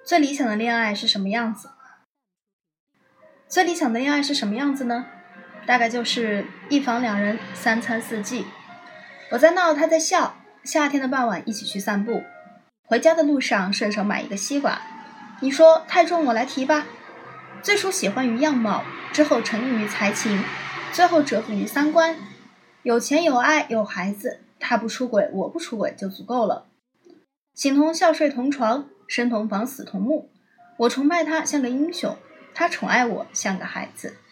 最理想的恋爱是什么样子？最理想的恋爱是什么样子呢？大概就是一房两人，3餐4季。我在闹，他在笑，夏天的傍晚一起去散步，回家的路上顺手买一个西瓜。你说太重我来提吧。最初喜欢于样貌，之后沉溺于才情，最后折服于3观。有钱有爱有孩子，他不出轨我不出轨就足够了。形同笑睡同床，生同房死同墓。我崇拜他像个英雄，他宠爱我像个孩子。